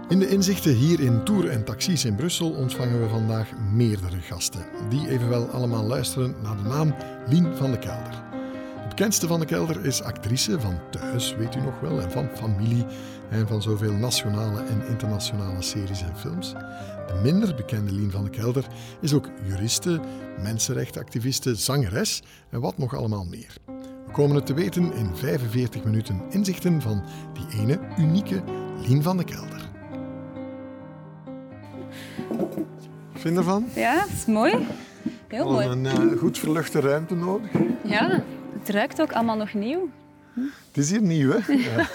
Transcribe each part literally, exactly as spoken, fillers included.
In de inzichten hier in Tour en Taxis in Brussel ontvangen we vandaag meerdere gasten, die evenwel allemaal luisteren naar de naam Lien van de Kelder. De bekendste van de Kelder is actrice van Thuis, weet u nog wel, en van Familie en van zoveel nationale en internationale series en films. De minder bekende Lien van de Kelder is ook juriste, mensenrechtenactiviste, zangeres en wat nog allemaal meer. We komen het te weten in vijfenveertig minuten inzichten van die ene unieke Lien van de Kelder. Vind je ervan? Ja, dat is mooi. Heel Al mooi. een uh, goed verluchte ruimte nodig. Ja, het ruikt ook allemaal nog nieuw. Hm? Het is hier nieuw, hè? Ja.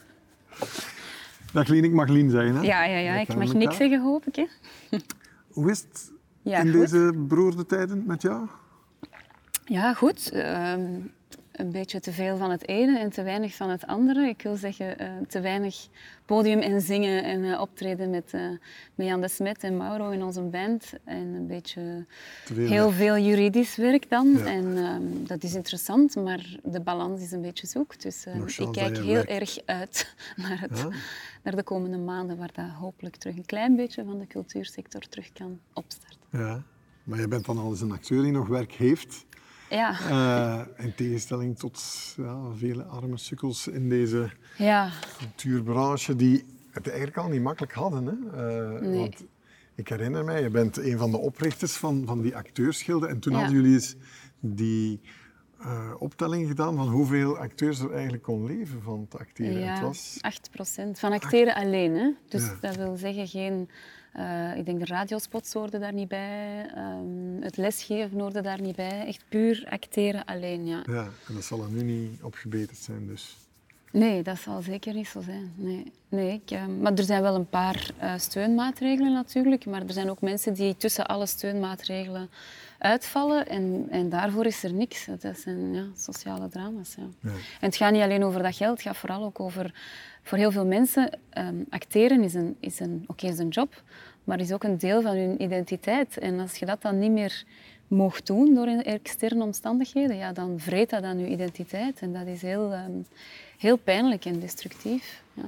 Dag Lien, ik mag Lien zeggen, hè? Ja, ja, ja. ik mag niks zeggen, hoop ik. Hè? Hoe is het ja, in goed. deze beroerde tijden met jou? Ja, goed. Uh, een beetje te veel van het ene en te weinig van het andere. Ik wil zeggen, uh, te weinig podium en zingen en uh, optreden met, uh, met Jan de Smet en Mauro in onze band. En een beetje veel, heel ja. veel juridisch werk dan. Ja. En uh, dat is interessant, maar de balans is een beetje zoek. Dus uh, ik kijk heel werkt. erg uit naar, het, ja. naar de komende maanden, waar dat hopelijk terug een klein beetje van de cultuursector terug kan opstarten. Ja, maar je bent dan al eens een acteur die nog werk heeft. Ja. Uh, in tegenstelling tot ja, vele arme sukkels in deze ja. cultuurbranche die het eigenlijk al niet makkelijk hadden. Hè? Uh, nee. Want ik herinner mij, je bent een van de oprichters van, van die acteursgilde en toen ja. hadden jullie eens die uh, optelling gedaan van hoeveel acteurs er eigenlijk kon leven van te acteren. Ja, het was acht procent. Van acteren acht... alleen. Hè? Dus ja. dat wil zeggen geen... Uh, ik denk de radiospots hoorden daar niet bij, um, het lesgeven hoorde daar niet bij. Echt puur acteren alleen, ja. Ja, en dat zal er nu niet op gebeterd zijn, dus. Nee, dat zal zeker niet zo zijn. Nee. Nee, ik, uh, maar er zijn wel een paar uh, steunmaatregelen natuurlijk, maar er zijn ook mensen die tussen alle steunmaatregelen uitvallen en, en daarvoor is er niks. Dat zijn ja, sociale drama's. Ja. Ja. En het gaat niet alleen over dat geld, het gaat vooral ook over... Voor heel veel mensen, um, acteren is een, is een, oké, is een job, maar is ook een deel van hun identiteit. En als je dat dan niet meer mocht doen door externe omstandigheden, ja, dan vreet dat aan je identiteit. En dat is heel, um, heel pijnlijk en destructief. Ja.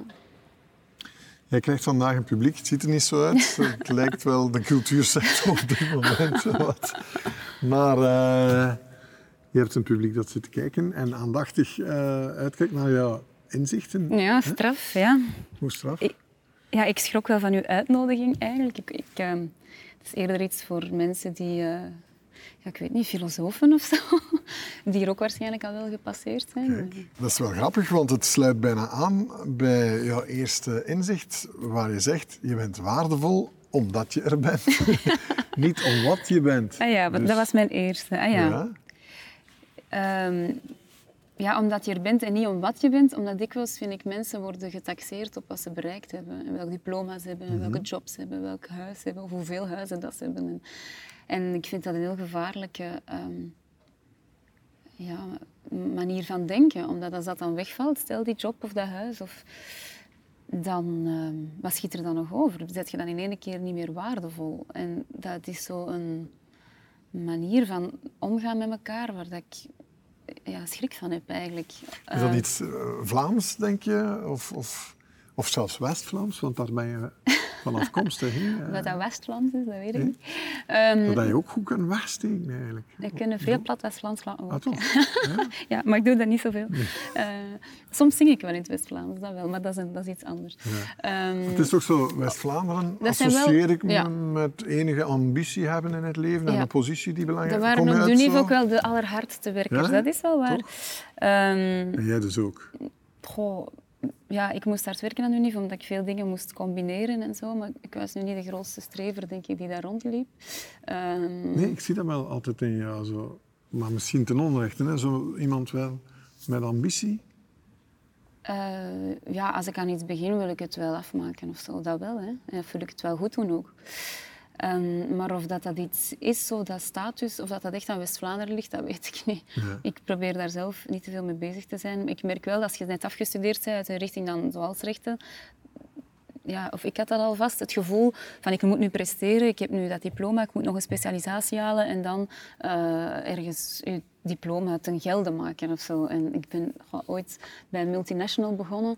Jij krijgt vandaag een publiek, het ziet er niet zo uit. Het lijkt wel de cultuursector op dit moment. Wat. Maar uh, je hebt een publiek dat zit te kijken en aandachtig uh, uitkijkt naar jou. Inzichten? Ja, straf, hè? ja. Hoe straf? Ik, ja, ik schrok wel van uw uitnodiging eigenlijk. Ik, ik, uh, het is eerder iets voor mensen die, uh, ja, ik weet niet, filosofen of zo, die hier ook waarschijnlijk al wel gepasseerd zijn. Kijk, dat is wel grappig, want het sluit bijna aan bij jouw eerste inzicht, waar je zegt, je bent waardevol omdat je er bent. Niet om wat je bent. Ah ja, dus... dat was mijn eerste. Ah ja. ja. Um, Ja, omdat je er bent en niet om wat je bent. Omdat dikwijls, vind ik, mensen worden getaxeerd op wat ze bereikt hebben. En welke diploma's ze hebben, en welke jobs ze hebben, welk huis ze hebben, of hoeveel huizen dat ze hebben. En, en ik vind dat een heel gevaarlijke um, ja, manier van denken. Omdat als dat dan wegvalt, stel die job of dat huis, of, dan, um, wat schiet er dan nog over? Zet je dan in één keer niet meer waardevol? En dat is zo een manier van omgaan met elkaar, waar dat ik... Ja, schrik van heb eigenlijk. Is dat iets uh, Vlaams, denk je? Of, of, of zelfs West-Vlaams? Want daar ben je van afkomstig. Hè? Wat dat West-Vlaams is, dat weet ik nee? niet. Um, dat je ook goed kunt wegsteken, eigenlijk. Ik kan veel plat West-Vlaams ook. Ah, toch? Ja. Ja, maar ik doe dat niet zoveel. Nee. Uh, soms zing ik wel in het West-Vlaams, dat wel, maar dat is, een, dat is iets anders. Ja. Um, het is toch zo, West-Vlaanderen associeer ik me ja. met enige ambitie hebben in het leven en ja. een positie die belangrijk is. Dat waren op Dunief ook wel de allerhardste werkers, ja? Dat is wel waar. Um, en jij dus ook? Goh, ja, ik moest hard werken aan Unief, omdat ik veel dingen moest combineren en zo. Maar ik was nu niet de grootste strever, denk ik, die daar rondliep. Um... Nee, ik zie dat wel altijd in jou. Zo. Maar misschien ten onrechte, hè? Zo iemand wel met ambitie? Uh, ja, als ik aan iets begin, wil ik het wel afmaken of zo. Dat wel, hè. En dat wil ik het wel goed doen ook. Um, maar of dat, dat iets is, zo dat status, of dat dat echt aan West-Vlaanderen ligt, dat weet ik niet. Ja. Ik probeer daar zelf niet te veel mee bezig te zijn. Ik merk wel dat als je net afgestudeerd bent uit een richting dan zoals rechten, ja, of ik had dat alvast, het gevoel van ik moet nu presteren, ik heb nu dat diploma, ik moet nog een specialisatie halen en dan uh, ergens je diploma ten gelde maken of zo. En ik ben goh, ooit bij een multinational begonnen.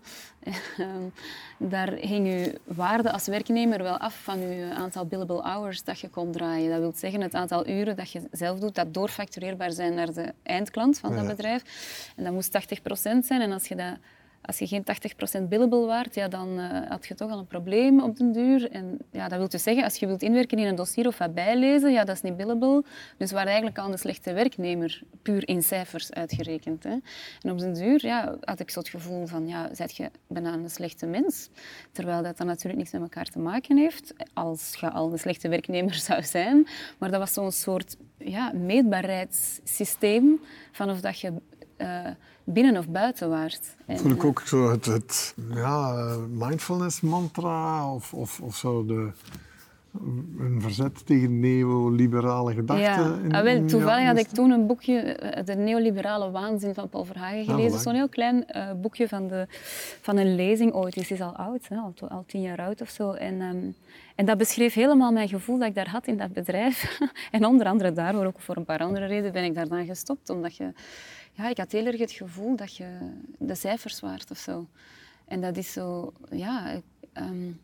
Daar ging je waarde als werknemer wel af van je aantal billable hours dat je kon draaien. Dat wil zeggen het aantal uren dat je zelf doet, dat doorfactureerbaar zijn naar de eindklant van dat ja. bedrijf. En dat moest tachtig procent zijn. En als je dat Als je geen tachtig procent billable waard, ja, dan uh, had je toch al een probleem op den duur. En ja, dat wil dus zeggen, als je wilt inwerken in een dossier of wat bijlezen, ja, dat is niet billable. Dus we waren eigenlijk al een slechte werknemer, puur in cijfers uitgerekend. Hè. En op den duur ja, had ik zo het gevoel van, ja, zijt je bijna een slechte mens? Terwijl dat dan natuurlijk niks met elkaar te maken heeft, als je al een slechte werknemer zou zijn. Maar dat was zo'n soort ja, meetbaarheidssysteem van of dat je uh, binnen of buiten waard. En, voel ik ook zo het, het ja, mindfulness mantra of, of, of zo de, een verzet tegen neoliberale gedachten. Ja, in, ah, wel, toevallig had ik toen een boekje, De neoliberale waanzin van Paul Verhagen gelezen. Ah, zo'n heel klein uh, boekje van, de, van een lezing ooit. Het is al oud, hè, al, al tien jaar oud of zo. En, um, en dat beschreef helemaal mijn gevoel dat ik daar had in dat bedrijf. En onder andere daarvoor, ook voor een paar andere redenen, ben ik daar dan gestopt. Omdat je... Ja, ik had heel erg het gevoel dat je de cijfers waard of zo. En dat is zo, ja, um,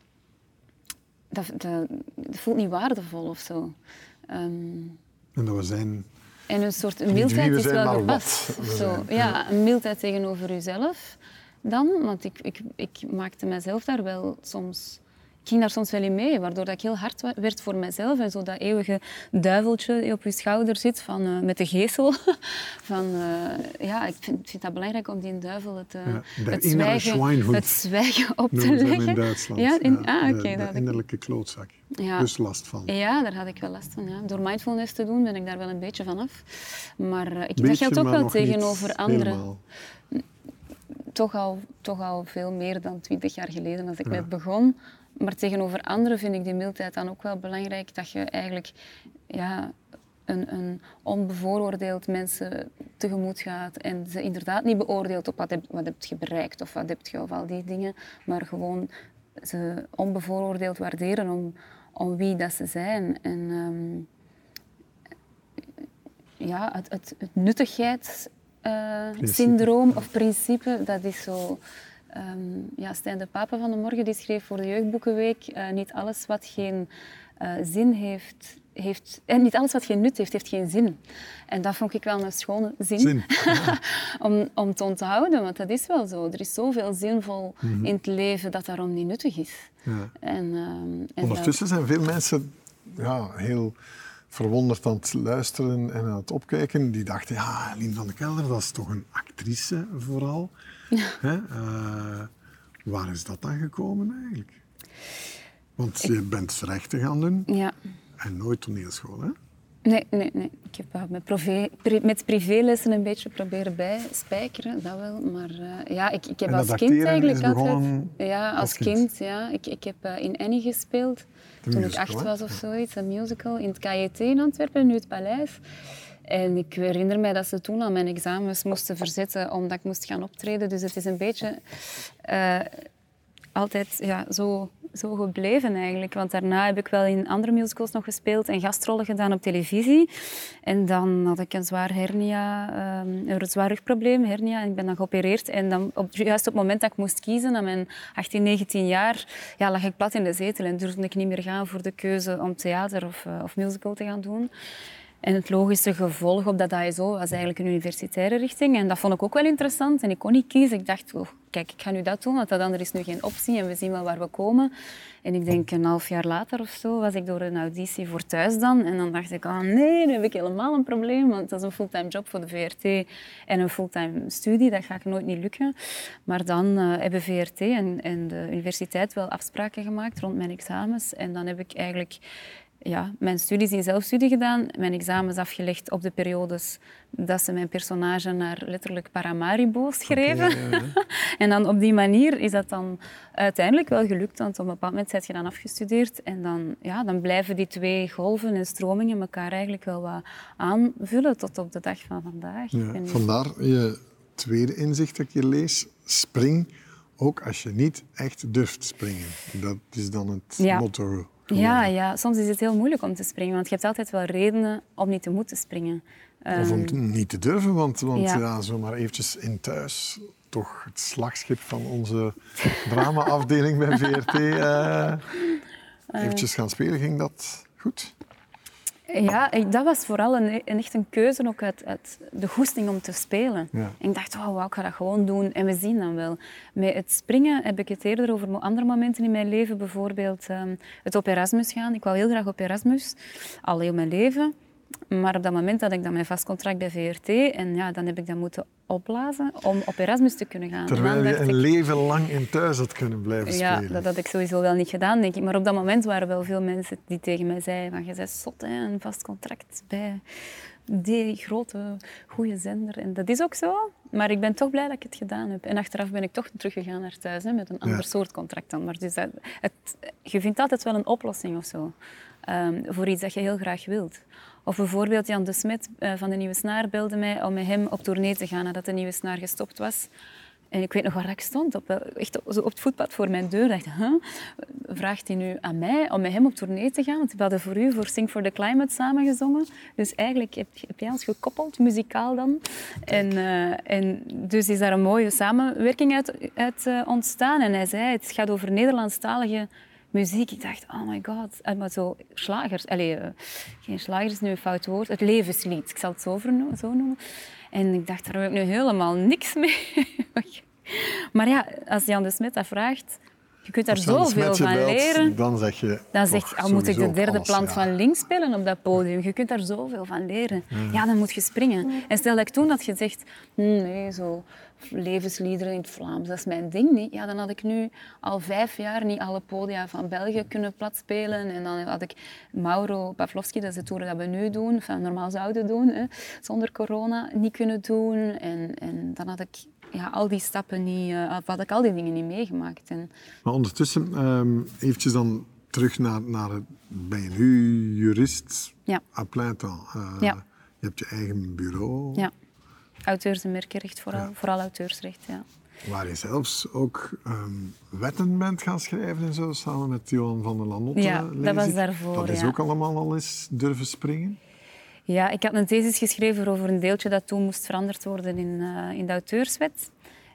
dat, dat, dat voelt niet waardevol of zo. Um, en dat we zijn... En een soort mildheid is wel gepast. Of zo. Ja, een mildheid tegenover jezelf dan. Want ik, ik, ik maakte mezelf daar wel soms... Ik ging daar soms wel in mee, waardoor dat ik heel hard werd voor mezelf. En zo dat eeuwige duiveltje die op je schouder zit, van, uh, met de geesel. Van, uh, ja, ik vind, vind dat belangrijk om die duivel het, uh, ja, het, zwijgen, het zwijgen op te leggen. In Duitsland. Ja, in, ja, ah, okay, de, de innerlijke ik... klootzak. Ja. Dus last van. Ja, daar had ik wel last van. Ja. Door mindfulness te doen ben ik daar wel een beetje van af. Maar uh, ik, beetje, dat geldt ook wel tegenover anderen. Helemaal. Toch al, toch al veel meer dan twintig jaar geleden, als ik ja. net begon. Maar tegenover anderen vind ik die mildheid dan ook wel belangrijk. Dat je eigenlijk ja, een, een onbevooroordeeld mensen tegemoet gaat. En ze inderdaad niet beoordeelt op wat heb, wat heb je bereikt of wat heb je of al die dingen. Maar gewoon ze onbevooroordeeld waarderen om, om wie dat ze zijn. En um, ja, het, het, het nuttigheidssyndroom uh, of principe, dat is zo... Um, ja, Stijn de Pape van de Morgen die schreef voor de Jeugdboekenweek uh, niet alles wat geen uh, zin heeft, heeft en niet alles wat geen nut heeft, heeft geen zin. En dat vond ik wel een schone zin, zin. Ja. om, om te onthouden, want dat is wel zo. Er is zoveel zinvol mm-hmm. in het leven dat daarom niet nuttig is. Ja. En, um, en ondertussen dat... zijn veel mensen ja, heel verwonderd aan het luisteren en aan het opkijken. Die dachten, ja, Lien van de Kelder, dat is toch een actrice vooral. Hè? Uh, waar is dat dan gekomen eigenlijk? Want ik... je bent rechten gaan doen ja. en nooit toneelschool, hè? Nee, nee, nee. Ik heb uh, met, privé, pri, met privélessen een beetje proberen bijspijkeren, dat wel. Maar uh, ja, ik, ik heb als kind eigenlijk altijd... Ja, als, als kind. kind, ja. Ik, ik heb uh, in Annie gespeeld, de toen musical, ik acht was of zoiets, een musical, in het K J T in Antwerpen, nu het Paleis. En ik herinner mij dat ze toen al mijn examens moesten verzetten omdat ik moest gaan optreden. Dus het is een beetje uh, altijd ja, zo, zo gebleven eigenlijk. Want daarna heb ik wel in andere musicals nog gespeeld en gastrollen gedaan op televisie. En dan had ik een zwaar hernia, um, een zwaar rugprobleem, hernia. En ik ben dan geopereerd. En dan op, juist op het moment dat ik moest kiezen, aan mijn achttien, negentien jaar, ja, lag ik plat in de zetel en durfde ik niet meer gaan voor de keuze om theater of, uh, of musical te gaan doen. En het logische gevolg op dat A S O was eigenlijk een universitaire richting. En dat vond ik ook wel interessant. En ik kon niet kiezen. Ik dacht, oh, kijk, ik ga nu dat doen, want dat andere is nu geen optie. En we zien wel waar we komen. En ik denk een half jaar later of zo was ik door een auditie voor Thuis dan. En dan dacht ik, oh nee, dan heb ik helemaal een probleem. Want dat is een fulltime job voor de V R T en een fulltime studie. Dat gaat nooit niet lukken. Maar dan uh, hebben V R T en, en de universiteit wel afspraken gemaakt rond mijn examens. En dan heb ik eigenlijk... Ja, mijn studies in zelfstudie gedaan, mijn examens afgelegd op de periodes dat ze mijn personage naar letterlijk Paramaribo schreven. Okay, ja, ja. En dan op die manier is dat dan uiteindelijk wel gelukt, want op een bepaald moment ben je dan afgestudeerd en dan, ja, dan blijven die twee golven en stromingen elkaar eigenlijk wel wat aanvullen tot op de dag van vandaag. Ja, en... Vandaar je tweede inzicht dat ik hier lees, spring ook als je niet echt durft springen. Dat is dan het ja. motto. Ja, ja, soms is het heel moeilijk om te springen, want je hebt altijd wel redenen om niet te moeten springen. Of om Um, niet te durven, want, want ja. ja, zomaar eventjes in thuis, toch het slagschip van onze drama-afdeling bij V R T, uh, eventjes gaan spelen, ging dat goed? Ja, ik, dat was vooral een, een, echt een keuze ook uit, uit de goesting om te spelen. Ja. En ik dacht, oh, wow, ik ga dat gewoon doen en we zien dan wel. Met het springen heb ik het eerder over andere momenten in mijn leven. Bijvoorbeeld um, het op Erasmus gaan. Ik wou heel graag op Erasmus, al heel mijn leven. Maar op dat moment had ik dan mijn vast contract bij V R T en ja, dan heb ik dat moeten opblazen om op Erasmus te kunnen gaan. Terwijl je een ik, leven lang in thuis had kunnen blijven spelen. Ja, dat had ik sowieso wel niet gedaan, denk ik. Maar op dat moment waren wel veel mensen die tegen mij zeiden van je bent zot, hè, een vast contract bij die grote, goede zender. En dat is ook zo, maar ik ben toch blij dat ik het gedaan heb. En achteraf ben ik toch teruggegaan naar thuis hè, met een ander ja. soort contract dan. Maar dus dat, het, je vindt altijd wel een oplossing of zo, um, voor iets dat je heel graag wilt. Of bijvoorbeeld Jan de Smet uh, van de Nieuwe Snaar belde mij om met hem op tournee te gaan nadat de Nieuwe Snaar gestopt was. En ik weet nog waar ik stond, op, echt op, op het voetpad voor mijn deur. Ik dacht, huh? Vraagt hij nu aan mij om met hem op tournee te gaan? Want we hadden voor u voor Sing for the Climate samengezongen. Dus eigenlijk heb, heb jij ons gekoppeld, muzikaal dan. En, uh, en dus is daar een mooie samenwerking uit, uit uh, ontstaan. En hij zei, het gaat over Nederlandstalige muziek. Ik dacht, oh my god. Maar zo slagers. Allee, uh, geen slagers is nu een fout woord. Het levenslied, ik zal het zo, zo noemen. En ik dacht, daar heb ik nu helemaal niks mee. Maar ja, als Jan de Smet dat vraagt, je kunt daar zoveel van belt, leren. Dan zeg je, dan zeg je, al moet ik de derde alles, plant ja. van links spelen op dat podium. Je kunt daar zoveel van leren. Mm. Ja, dan moet je springen. En stel dat ik toen had gezegd, nee, zo levensliederen in het Vlaams, dat is mijn ding niet. Ja, dan had ik nu al vijf jaar niet alle podia van België kunnen platspelen. En dan had ik Mauro Pavlovski, dat is de tour dat we nu doen, enfin, normaal zouden doen, hè, zonder corona, niet kunnen doen. En, en dan had ik ja, al die stappen niet, uh, had ik al die dingen niet meegemaakt. En... Maar ondertussen, um, eventjes dan terug naar, naar het, ben je nu jurist ja. à plein temps? Uh, ja. Je hebt je eigen bureau. Ja, auteurs- en merkenrecht, vooral, ja. vooral auteursrecht, ja. Waar je zelfs ook um, wetten bent gaan schrijven en zo, samen met Johan van der Lanotte. Ja, dat was daarvoor, Dat is ja. ook allemaal al eens durven springen? Ja, ik had een thesis geschreven over een deeltje dat toen moest veranderd worden in, uh, in de auteurswet.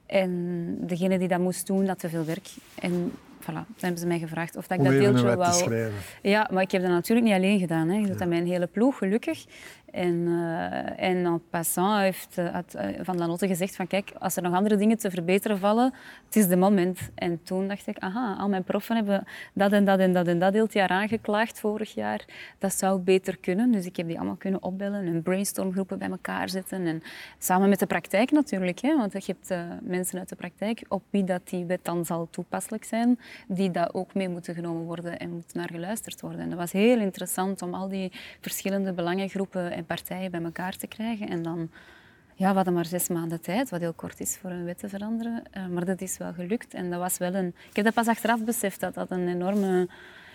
En degene die dat moest doen, had te veel werk. En voilà, dan hebben ze mij gevraagd of dat ik Om dat even deeltje een wet te wou... schrijven. Ja, maar ik heb dat natuurlijk niet alleen gedaan. Hè. Ik doe Ja. dat met een hele ploeg, gelukkig. En, uh, en en passant heeft uh, had, uh, Van Lanotte gezegd van kijk, als er nog andere dingen te verbeteren vallen, het is de moment. En toen dacht ik, aha, al mijn proffen hebben dat en dat en dat en dat heel jaar aangeklaagd vorig jaar. Dat zou beter kunnen. Dus ik heb die allemaal kunnen opbellen en brainstormgroepen bij elkaar zetten. En samen met de praktijk natuurlijk, hè, want je hebt uh, mensen uit de praktijk op wie dat die wet dan zal toepasselijk zijn, die dat ook mee moeten genomen worden en moet naar geluisterd worden. En dat was heel interessant om al die verschillende belangengroepen en partijen bij elkaar te krijgen. En dan, ja, we hadden maar zes maanden tijd, wat heel kort is voor een wet te veranderen. Uh, maar dat is wel gelukt. En dat was wel een... Ik heb dat pas achteraf beseft, dat dat een enorme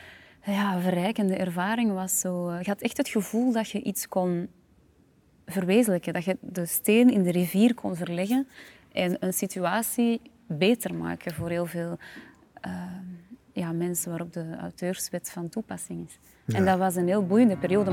ja, verrijkende ervaring was. Zo, uh, je had echt het gevoel dat je iets kon verwezenlijken. Dat je de steen in de rivier kon verleggen en een situatie beter maken voor heel veel uh, ja, mensen waarop de auteurswet van toepassing is. Ja. En dat was een heel boeiende periode.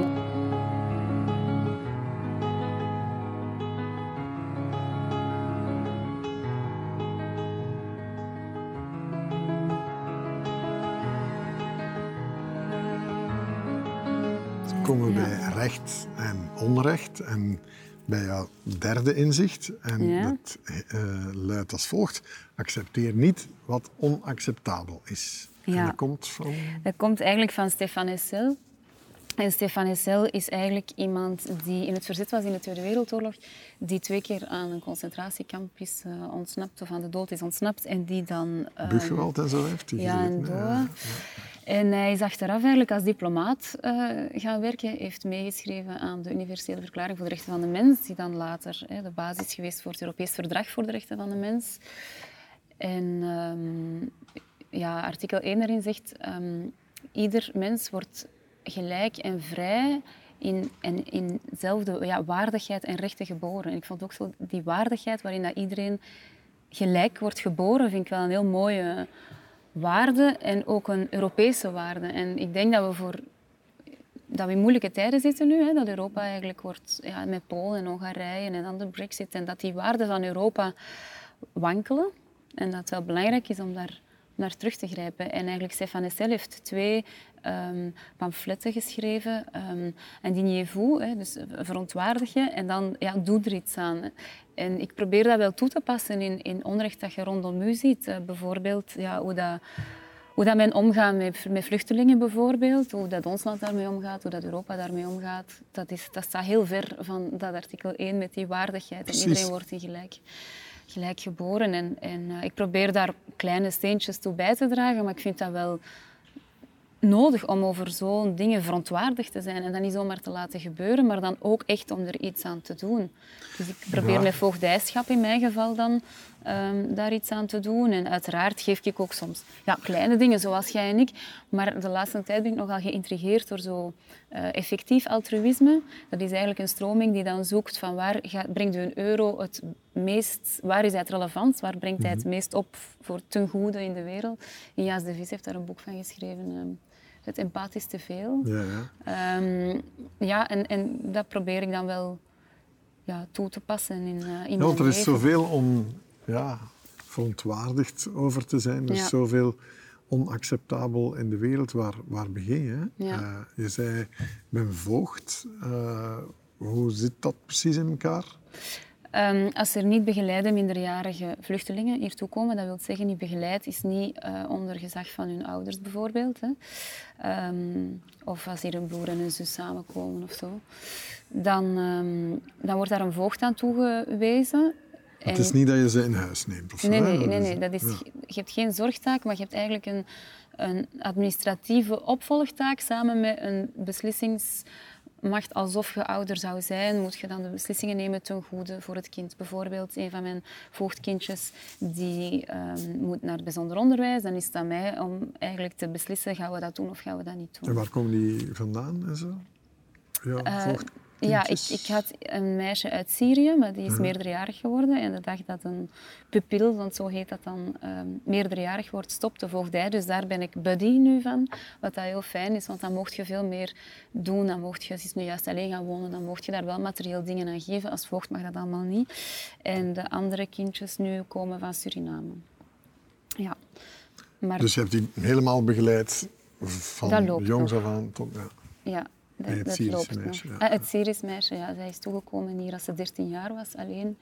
Komen we Ja. bij recht en onrecht en bij jouw derde inzicht. En Ja. dat uh, luidt als volgt. Accepteer niet wat onacceptabel is. Ja. En dat komt van... Dat komt eigenlijk van Stefan Hessel. En Stefan Hessel is eigenlijk iemand die in het verzet was in de Tweede Wereldoorlog, die twee keer aan een concentratiekamp is uh, ontsnapt, of aan de dood is ontsnapt. En die dan... Uh, Buchenwald en zo heeft hij Ja, gezeten. en Doe. Ja, ja. En hij is achteraf eigenlijk als diplomaat uh, gaan werken. heeft meegeschreven aan de Universele Verklaring voor de Rechten van de Mens, die dan later hè, de basis is geweest voor het Europees Verdrag voor de Rechten van de Mens. En um, ja, artikel één daarin zegt, um, ieder mens wordt gelijk en vrij in, en in dezelfde ja, waardigheid en rechten geboren. En ik vond ook zo die waardigheid waarin dat iedereen gelijk wordt geboren, vind ik wel een heel mooie... waarde en ook een Europese waarde. En ik denk dat we voor... dat we in moeilijke tijden zitten nu, hè, dat Europa eigenlijk wordt ja, met Polen en Hongarije en dan de Brexit, en dat die waarden van Europa wankelen en dat het wel belangrijk is om daar naar terug te grijpen. En eigenlijk Stéphane Hessel heeft twee um, pamfletten geschreven. Um, Indignez-vous, hè, dus verontwaardig je en dan ja, doe er iets aan. Hè. En ik probeer dat wel toe te passen in, in onrecht dat je rondom u ziet. Uh, bijvoorbeeld ja, hoe dat... Hoe dat men omgaat met, met vluchtelingen bijvoorbeeld, hoe dat ons land daarmee omgaat, hoe dat Europa daarmee omgaat, dat, is, dat staat heel ver van dat artikel één met die waardigheid. En iedereen wordt in gelijk, gelijk geboren. En, en uh, ik probeer daar kleine steentjes toe bij te dragen, maar ik vind dat wel nodig om over zo'n dingen verontwaardigd te zijn en dat niet zomaar te laten gebeuren, maar dan ook echt om er iets aan te doen. Dus ik probeer ja. met voogdijschap in mijn geval dan um, daar iets aan te doen. En uiteraard geef ik ook soms ja, kleine dingen, zoals jij en ik. Maar de laatste tijd ben ik nogal geïntrigeerd door zo uh, effectief altruïsme. Dat is eigenlijk een stroming die dan zoekt van waar gaat, brengt u een euro het meest, waar is hij het relevant, waar brengt hij het meest op voor ten goede in de wereld. En Jaas de Vis heeft daar een boek van geschreven. Um, Het empathisch te veel. Ja, ja. Um, ja en, en dat probeer ik dan wel ja, toe te passen in, uh, in ja, mijn want er is leven. zoveel om ja, verontwaardigd over te zijn. Er is ja. zoveel onacceptabel in de wereld. Waar, waar begin je? Ja. Uh, je zei, ik ben voogd. Uh, hoe zit dat precies in elkaar? Um, als er niet begeleide minderjarige vluchtelingen hiertoe komen, dat wil zeggen niet begeleid is niet uh, onder gezag van hun ouders bijvoorbeeld. Hè. Um, of als hier een broer en een zus samenkomen of zo. Dan, um, dan wordt daar een voogd aan toegewezen. Het is niet dat je ze in huis neemt of zo? Nee, nee, nee, nee, nee. Dat is, ja. Je hebt geen zorgtaak, maar je hebt eigenlijk een, een administratieve opvolgtaak samen met een beslissings... macht alsof je ouder zou zijn, moet je dan de beslissingen nemen ten goede voor het kind. Bijvoorbeeld, een van mijn voogdkindjes die um, moet naar het bijzonder onderwijs. Dan is het aan mij om eigenlijk te beslissen, gaan we dat doen of gaan we dat niet doen. En waar komen die vandaan en zo? Ja, uh, ja ik, ik had een meisje uit Syrië, maar die is uh-huh. meerderjarig geworden. En de dag dat een pupil, want zo heet dat dan, um, meerderjarig wordt, stopt de voogdij. Dus daar ben ik buddy nu van, wat dat heel fijn is, want dan mocht je veel meer doen. Dan mocht je, als je nu juist alleen gaan wonen, dan mocht je daar wel materieel dingen aan geven. Als voogd mag dat allemaal niet. En de andere kindjes nu komen van Suriname. Ja. Maar dus je hebt die helemaal begeleid van jongs af aan tot... Ja. Ja. Dat, het dat Syrische loopt meisje. Ja. Ah, het Syrische meisje, ja. Zij is toegekomen hier als ze dertien jaar was, alleen.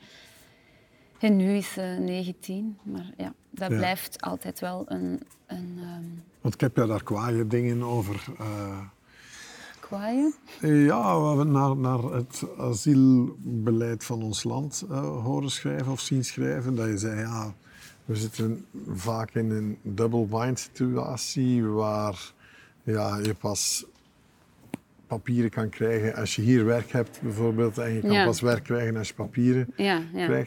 En nu is ze negentien. Maar ja, dat ja. blijft altijd wel een... een um... Want ik heb ja daar kwaaie dingen over... Uh... Kwaaie? Ja, we hebben naar, naar het asielbeleid van ons land uh, horen schrijven of zien schrijven. Dat je zei, ja, we zitten vaak in een double bind situatie waar ja, je pas... papieren kan krijgen als je hier werk hebt, bijvoorbeeld. En je kan ja. pas werk krijgen als je papieren ja, ja. krijgt.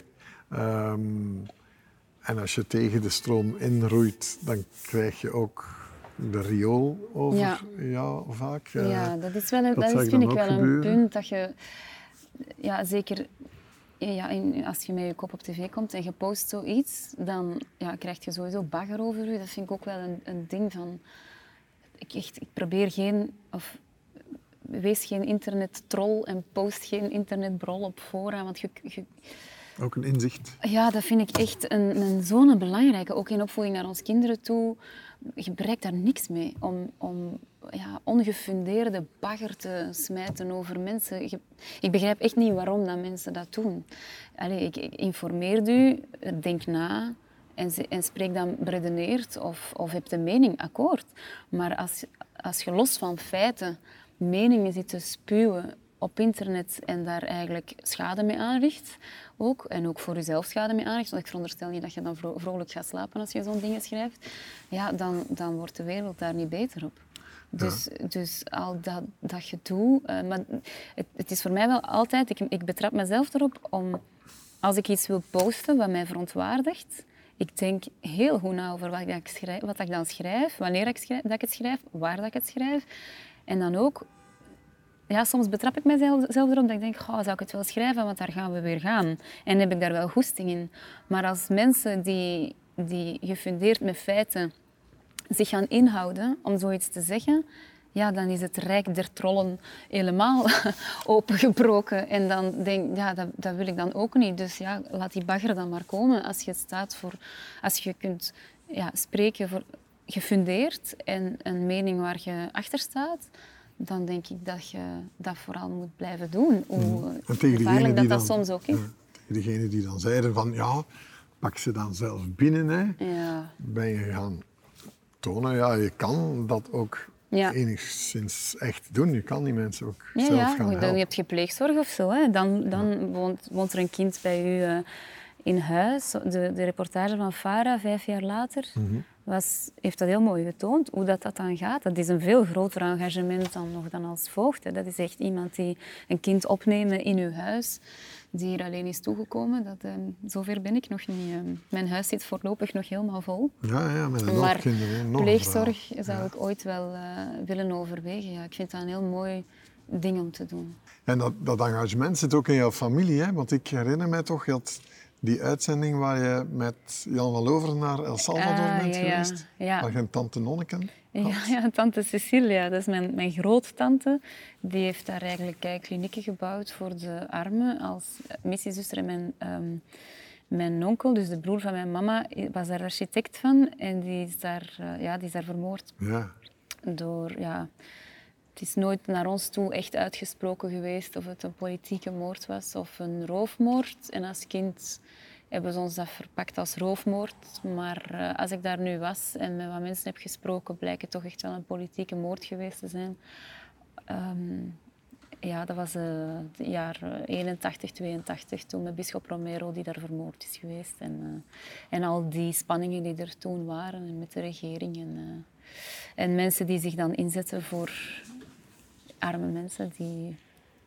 Um, en als je tegen de stroom inroeit, dan krijg je ook de riool over ja. jou vaak. Uh, ja, dat is wel een, dat, dat is, vind ik wel gebeuren. Een punt. Dat je, ja, zeker ja, in, als je met je kop op tv komt en je post zoiets, dan ja, krijg je sowieso bagger over je. Dat vind ik ook wel een, een ding van... Ik, echt, ik probeer geen... Of, wees geen internettroll en post geen internetbrol op fora, want je, je... Ook een inzicht. Ja, dat vind ik echt een, een zo'n belangrijke. Ook in opvoeding naar onze kinderen toe. Je bereikt daar niks mee om, om ja, ongefundeerde bagger te smijten over mensen. Je, ik begrijp echt niet waarom dat mensen dat doen. Allee, ik, ik informeer u, denk na en, en spreek dan beredeneerd of, of heb de mening akkoord. Maar als, als je los van feiten meningen zit te spuwen op internet en daar eigenlijk schade mee aanricht, ook, en ook voor jezelf schade mee aanricht, want ik veronderstel niet dat je dan vro- vrolijk gaat slapen als je zo'n dingen schrijft, ja, dan, dan wordt de wereld daar niet beter op. Dus, ja. dus al dat, dat gedoe... Uh, maar het, het is voor mij wel altijd... Ik, ik betrap mezelf erop om, als ik iets wil posten wat mij verontwaardigt, ik denk heel goed na over wat ik, schrijf, wat ik dan schrijf, wanneer ik, schrijf, dat ik het schrijf, waar dat ik het schrijf. En dan ook, ja, soms betrap ik mezelf zelf erop dat ik denk, oh, zou ik het wel schrijven, want daar gaan we weer gaan. En heb ik daar wel goesting in. Maar als mensen die, die gefundeerd met feiten zich gaan inhouden om zoiets te zeggen, ja, dan is het rijk der trollen helemaal opengebroken. En dan denk ik, ja, dat, dat wil ik dan ook niet. Dus ja, laat die bagger dan maar komen. Als je staat voor, als je kunt ja, spreken voor gefundeerd en een mening waar je achter staat, dan denk ik dat je dat vooral moet blijven doen. Hoe en tegen gevaarlijk dat, dan, dat soms ook is. Ja, tegen degenen die dan zeiden van, ja, pak ze dan zelf binnen, hè, Ja. ben je gaan tonen, ja, je kan dat ook Ja. enigszins echt doen. Je kan die mensen ook Ja, zelf ja. gaan Dan helpen. heb je pleegzorg of zo. Hè. Dan, dan ja. woont, woont er een kind bij u uh, in huis. De, de reportage van Farah, vijf jaar later, mm-hmm. was, heeft dat heel mooi getoond, hoe dat, dat dan gaat. Dat is een veel groter engagement dan, nog dan als voogd. Hè. Dat is echt iemand die een kind opneemt in uw huis, die hier alleen is toegekomen. Dat, uh, zover ben ik nog niet. Uh, mijn huis zit voorlopig nog helemaal vol. Ja, ja, met een hoop kinderen. Maar pleegzorg zou ja. ik ooit wel uh, willen overwegen. Ja, ik vind dat een heel mooi ding om te doen. En dat, dat engagement zit ook in jouw familie, hè? Want ik herinner mij toch, je had die uitzending waar je met Jan van Loveren naar El Salvador ah, bent ja, geweest. Ja. Waar je een tante Nonneke had. Ja, ja, tante Cecilia, dat is mijn, mijn groottante. Die heeft daar eigenlijk klinieken gebouwd voor de armen. Als missiezuster en mijn, um, mijn onkel, dus de broer van mijn mama, was daar architect van. En die is daar, uh, ja, die is daar vermoord. Ja. Door, ja, het is nooit naar ons toe echt uitgesproken geweest of het een politieke moord was of een roofmoord. En als kind hebben ze ons dat verpakt als roofmoord. Maar uh, als ik daar nu was en met wat mensen heb gesproken, blijkt het toch echt wel een politieke moord geweest te zijn. Um, ja, dat was uh, het jaar eenentachtig, tweeëntachtig, toen met bisschop Romero die daar vermoord is geweest. En, uh, en al die spanningen die er toen waren met de regering. En, uh, en mensen die zich dan inzetten voor arme mensen, die,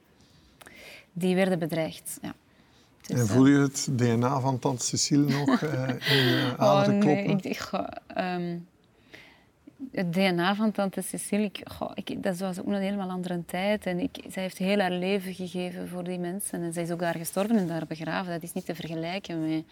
die werden bedreigd. Ja. Dus, en voel je het D N A van tante Cecile nog uh, in je aderen oh, nee, kloppen? Ik, ik, um, het D N A van tante Cecile, ik, goh, ik, dat was ook een helemaal andere tijd. En ik, zij heeft heel haar leven gegeven voor die mensen. En zij is ook daar gestorven en daar begraven. Dat is niet te vergelijken met